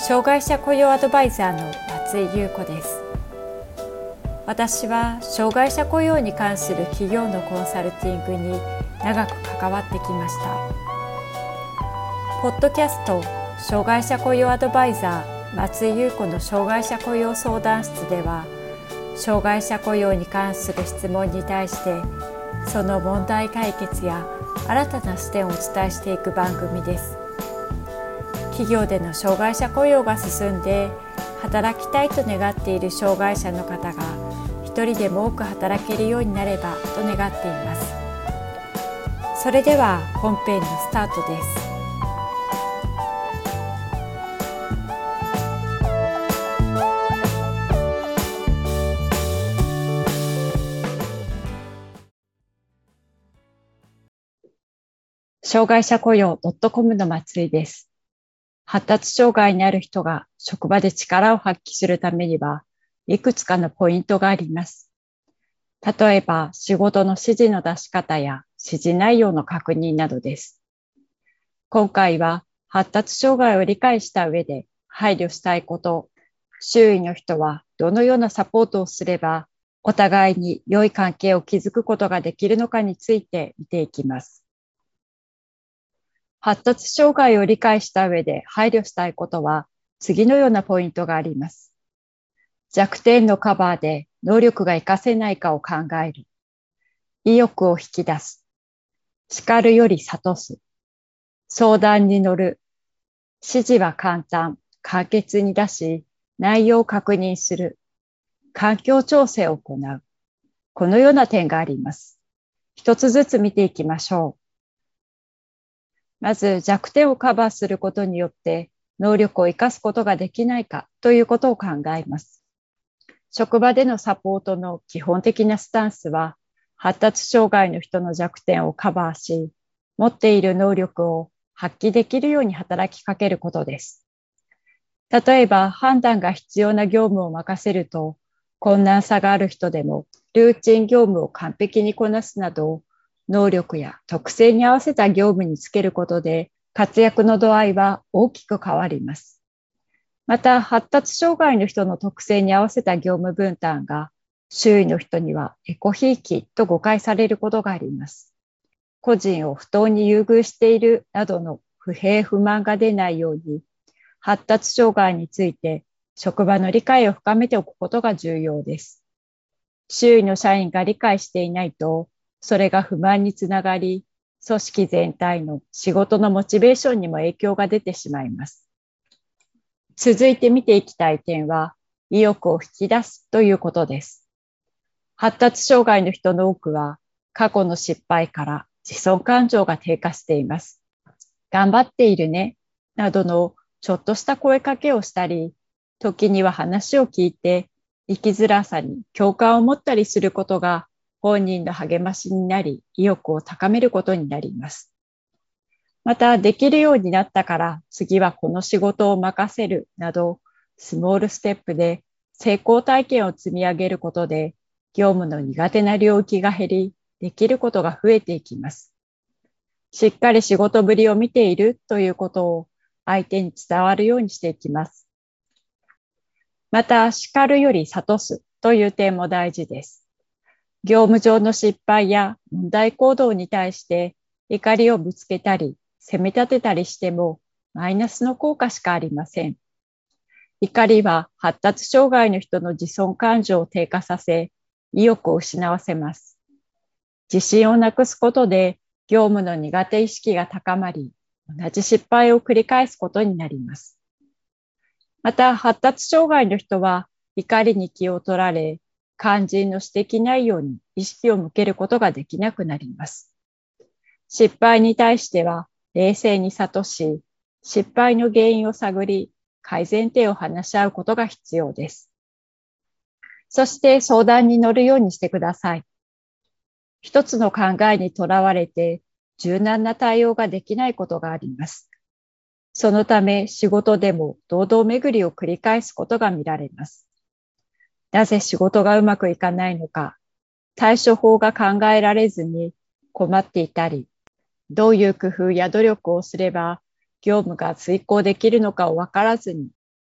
障害者雇用アドバイザーの松井優子です。私は障害者雇用に関する企業のコンサルティングに長く関わってきました。ポッドキャスト障害者雇用アドバイザー松井優子の障害者雇用相談室では、障害者雇用に関する質問に対してその問題解決や新たな視点をお伝えしていく番組です。企業での障害者雇用が進んで働きたいと願っている障害者の方が一人でも多く働けるようになればと願っています。それでは本編のスタートです。障害者雇用 .com の松井です。発達障害にある人が職場で力を発揮するためにはいくつかのポイントがあります。例えば仕事の指示の出し方や指示内容の確認などです。今回は発達障害を理解した上で配慮したいこと、周囲の人はどのようなサポートをすればお互いに良い関係を築くことができるのかについて見ていきます。発達障害を理解した上で配慮したいことは次のようなポイントがあります。弱点のカバーで能力が活かせないかを考える。意欲を引き出す。叱るより諭す。相談に乗る。指示は簡単、簡潔に出し、内容を確認する。環境調整を行う。このような点があります。一つずつ見ていきましょう。まず弱点をカバーすることによって能力を生かすことができないかということを考えます。職場でのサポートの基本的なスタンスは、発達障害の人の弱点をカバーし、持っている能力を発揮できるように働きかけることです。例えば判断が必要な業務を任せると、困難さがある人でもルーチン業務を完璧にこなすなど、能力や特性に合わせた業務につけることで活躍の度合いは大きく変わります。また発達障害の人の特性に合わせた業務分担が周囲の人にはエコひいきと誤解されることがあります。個人を不当に優遇しているなどの不平不満が出ないように、発達障害について職場の理解を深めておくことが重要です。周囲の社員が理解していないとそれが不満につながり、組織全体の仕事のモチベーションにも影響が出てしまいます。続いて見ていきたい点は、意欲を引き出すということです。発達障害の人の多くは、過去の失敗から自尊感情が低下しています。頑張っているね、などのちょっとした声かけをしたり、時には話を聞いて、生きづらさに共感を持ったりすることが、本人の励ましになり、意欲を高めることになります。また、できるようになったから次はこの仕事を任せるなど、スモールステップで成功体験を積み上げることで、業務の苦手な領域が減り、できることが増えていきます。しっかり仕事ぶりを見ているということを相手に伝わるようにしていきます。また、叱るより諭すという点も大事です。業務上の失敗や問題行動に対して怒りをぶつけたり責め立てたりしてもマイナスの効果しかありません。怒りは発達障害の人の自尊感情を低下させ、意欲を失わせます。自信をなくすことで業務の苦手意識が高まり、同じ失敗を繰り返すことになります。また発達障害の人は怒りに気を取られ、肝心の指摘内容に意識を向けることができなくなります。失敗に対しては冷静に諭し、失敗の原因を探り、改善点を話し合うことが必要です。そして相談に乗るようにしてください。一つの考えにとらわれて柔軟な対応ができないことがあります。そのため仕事でも堂々巡りを繰り返すことが見られます。なぜ仕事がうまくいかないのか、対処法が考えられずに困っていたり、どういう工夫や努力をすれば業務が遂行できるのかを分からずに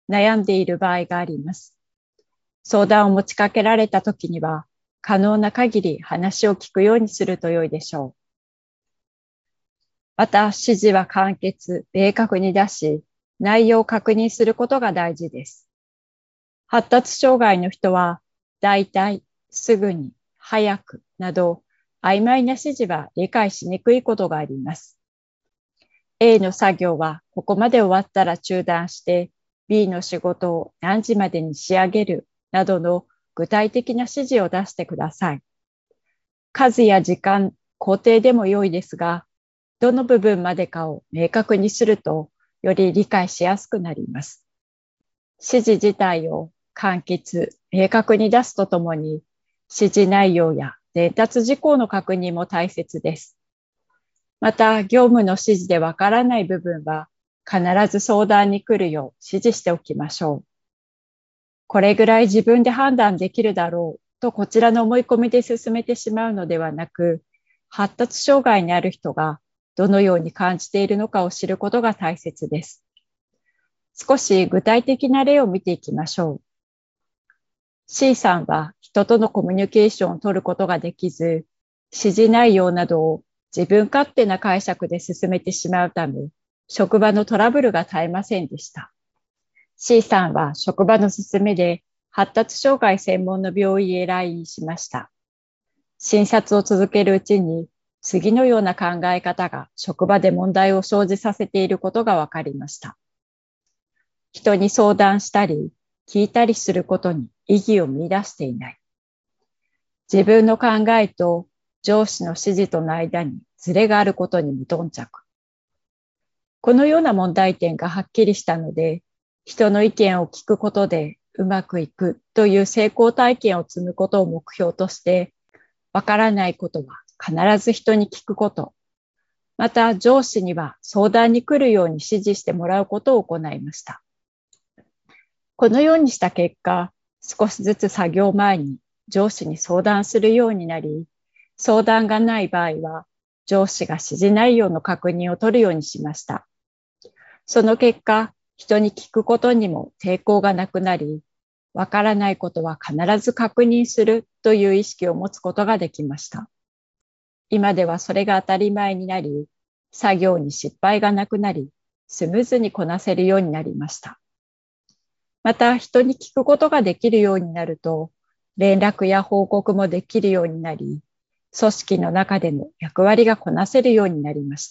悩んでいる場合があります。相談を持ちかけられたときには、可能な限り話を聞くようにすると良いでしょう。また、指示は簡潔、明確に出し、内容を確認することが大事です。発達障害の人は、大体、すぐに、早くなど、曖昧な指示は理解しにくいことがあります。A の作業はここまで終わったら中断して、B の仕事を何時までに仕上げるなどの具体的な指示を出してください。数や時間、工程でも良いですが、どの部分までかを明確にすると、より理解しやすくなります。指示自体を簡潔、明確に出すとともに、指示内容や伝達事項の確認も大切です。また、業務の指示でわからない部分は、必ず相談に来るよう指示しておきましょう。これぐらい自分で判断できるだろうとこちらの思い込みで進めてしまうのではなく、発達障害にある人がどのように感じているのかを知ることが大切です。少し具体的な例を見ていきましょう。C さんは人とのコミュニケーションを取ることができず、指示内容などを自分勝手な解釈で進めてしまうため、職場のトラブルが絶えませんでした。C さんは職場の勧めで発達障害専門の病院へ来院しました。診察を続けるうちに、次のような考え方が職場で問題を生じさせていることが分かりました。人に相談したり、聞いたりすることに意義を見出していない。自分の考えと上司の指示との間にズレがあることに無頓着。このような問題点がはっきりしたので、人の意見を聞くことでうまくいくという成功体験を積むことを目標として、わからないことは必ず人に聞くこと、また上司には相談に来るように指示してもらうことを行いました。このようにした結果、少しずつ作業前に上司に相談するようになり、相談がない場合は上司が指示内容の確認を取るようにしました。その結果、人に聞くことにも抵抗がなくなり、わからないことは必ず確認するという意識を持つことができました。今ではそれが当たり前になり、作業に失敗がなくなり、スムーズにこなせるようになりました。また、人に聞くことができるようになると、連絡や報告もできるようになり、組織の中での役割がこなせるようになりました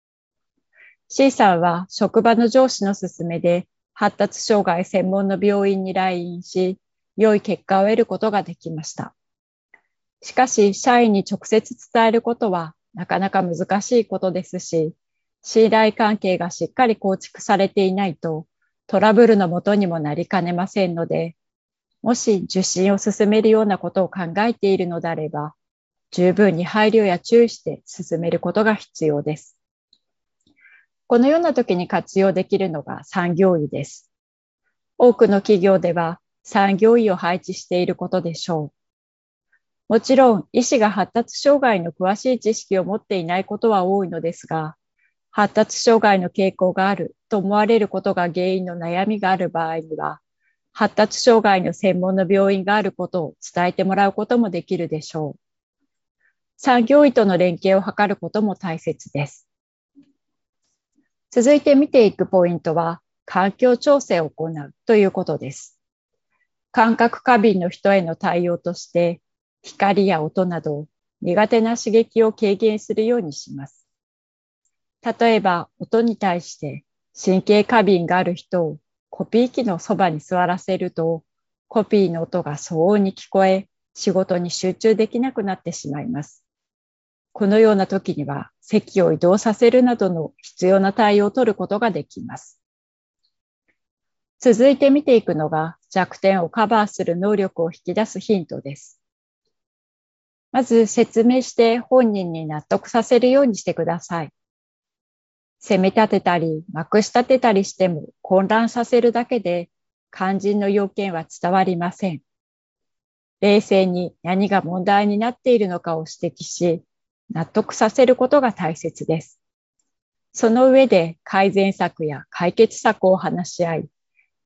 。C さんは職場の上司の勧めで発達障害専門の病院に来院し、良い結果を得ることができました。しかし、社員に直接伝えることはなかなか難しいことですし、信頼関係がしっかり構築されていないとトラブルのもとにもなりかねませんので、もし受診を進めるようなことを考えているのであれば、十分に配慮や注意して進めることが必要です。このような時に活用できるのが産業医です。多くの企業では産業医を配置していることでしょう。もちろん、医師が発達障害の詳しい知識を持っていないことは多いのですが、発達障害の傾向があると思われることが原因の悩みがある場合には、発達障害の専門の病院があることを伝えてもらうこともできるでしょう。産業医との連携を図ることも大切です。続いて見ていくポイントは、環境調整を行うということです。感覚過敏の人への対応として、光や音など苦手な刺激を軽減するようにします。例えば、音に対して神経過敏がある人をコピー機のそばに座らせると、コピーの音が騒音に聞こえ、仕事に集中できなくなってしまいます。このような時には席を移動させるなどの必要な対応を取ることができます。続いて見ていくのが弱点をカバーする能力を引き出すヒントです。まず説明して本人に納得させるようにしてください。責め立てたりまくし立てたりしても混乱させるだけで肝心の要件は伝わりません。冷静に何が問題になっているのかを指摘し、納得させることが大切です。その上で改善策や解決策を話し合い、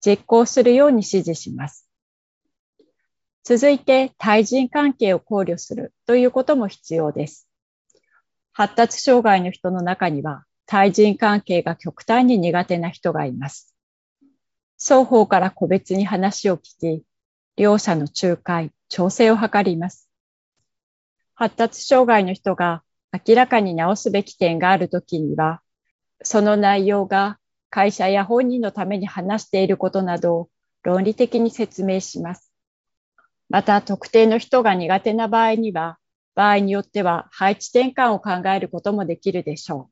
実行するように指示します。続いて、対人関係を考慮するということも必要です。発達障害の人の中には、対人関係が極端に苦手な人がいます。双方から個別に話を聞き、両者の仲介、調整を図ります。発達障害の人が明らかに直すべき点があるときには、その内容が会社や本人のために話していることなどを論理的に説明します。また、特定の人が苦手な場合には、場合によっては配置転換を考えることもできるでしょう。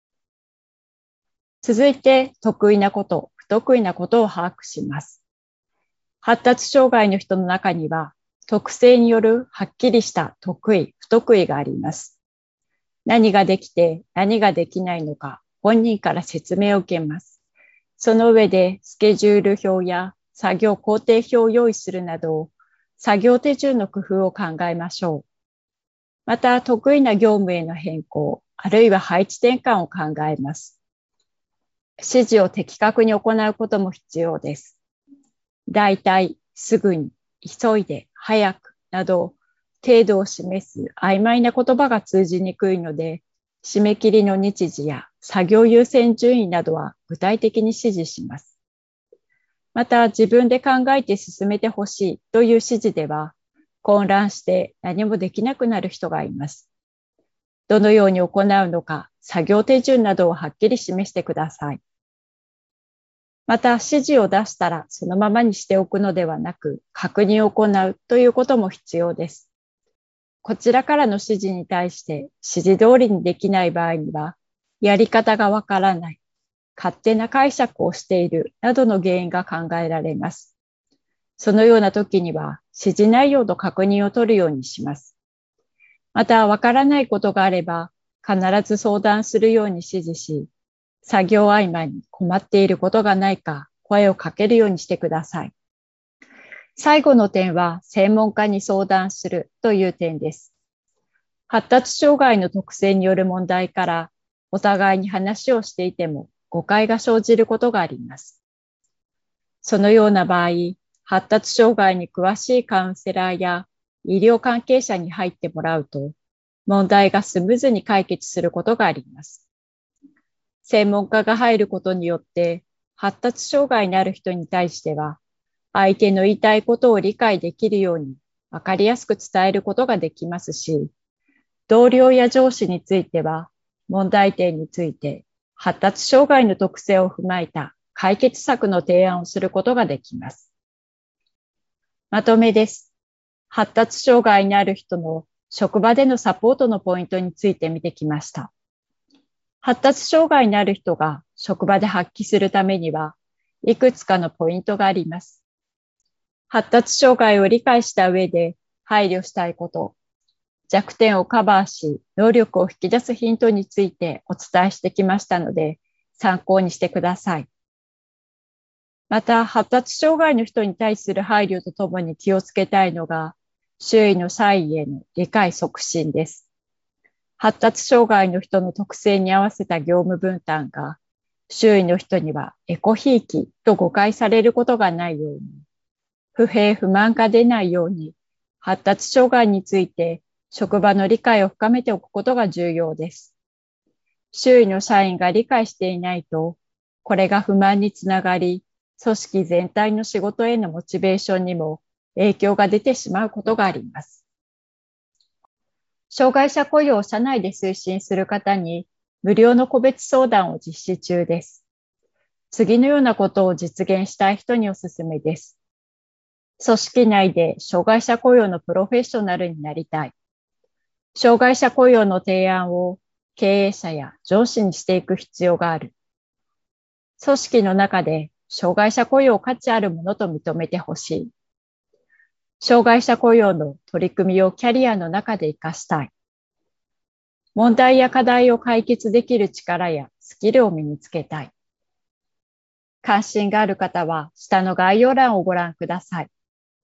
続いて、得意なこと、不得意なことを把握します。発達障害の人の中には、特性によるはっきりした得意、不得意があります。何ができて何ができないのか、本人から説明を受けます。その上で、スケジュール表や作業工程表を用意するなど、作業手順の工夫を考えましょう。また、得意な業務への変更、あるいは配置転換を考えます。指示を的確に行うことも必要です。大体、すぐに、急いで、早くなど、程度を示す曖昧な言葉が通じにくいので、締め切りの日時や作業優先順位などは具体的に指示します。また、自分で考えて進めてほしいという指示では、混乱して何もできなくなる人がいます。どのように行うのか、作業手順などをはっきり示してください。また、指示を出したらそのままにしておくのではなく、確認を行うということも必要です。こちらからの指示に対して指示通りにできない場合には、やり方がわからない、勝手な解釈をしているなどの原因が考えられます。そのような時には、指示内容の確認を取るようにします。また、わからないことがあれば、必ず相談するように指示し、作業合間に困っていることがないか声をかけるようにしてください。最後の点は専門家に相談するという点です。発達障害の特性による問題からお互いに話をしていても誤解が生じることがあります。そのような場合、発達障害に詳しいカウンセラーや医療関係者に入ってもらうと問題がスムーズに解決することがあります。専門家が入ることによって発達障害のある人に対しては相手の言いたいことを理解できるように分かりやすく伝えることができますし、同僚や上司については問題点について発達障害の特性を踏まえた解決策の提案をすることができます。まとめです。発達障害のある人の職場でのサポートのポイントについて見てきました。発達障害のある人が職場で発揮するためには、いくつかのポイントがあります。発達障害を理解した上で配慮したいこと、弱点をカバーし、能力を引き出すヒントについてお伝えしてきましたので、参考にしてください。また、発達障害の人に対する配慮とともに気をつけたいのが、周囲の差異への理解促進です。発達障害の人の特性に合わせた業務分担が、周囲の人にはエコひいきと誤解されることがないように、不平不満が出ないように、発達障害について職場の理解を深めておくことが重要です。周囲の社員が理解していないと、これが不満につながり、組織全体の仕事へのモチベーションにも影響が出てしまうことがあります。障害者雇用を社内で推進する方に無料の個別相談を実施中です。次のようなことを実現したい人におすすめです。組織内で障害者雇用のプロフェッショナルになりたい。障害者雇用の提案を経営者や上司にしていく必要がある。組織の中で障害者雇用を価値あるものと認めてほしい。障害者雇用の取り組みをキャリアの中で活かしたい。問題や課題を解決できる力やスキルを身につけたい。関心がある方は下の概要欄をご覧ください。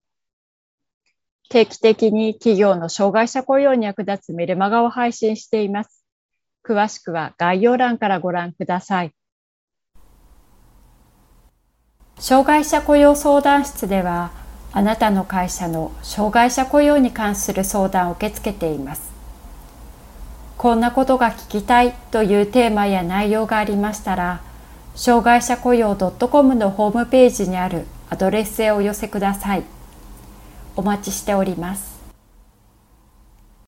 定期的に企業の障害者雇用に役立つメルマガを配信しています。詳しくは概要欄からご覧ください。 障害者雇用相談室では、あなたの会社の障害者雇用に関する相談を受け付けています。こんなことが聞きたいというテーマや内容がありましたら、障害者雇用 .com のホームページにあるアドレスへお寄せください。お待ちしております。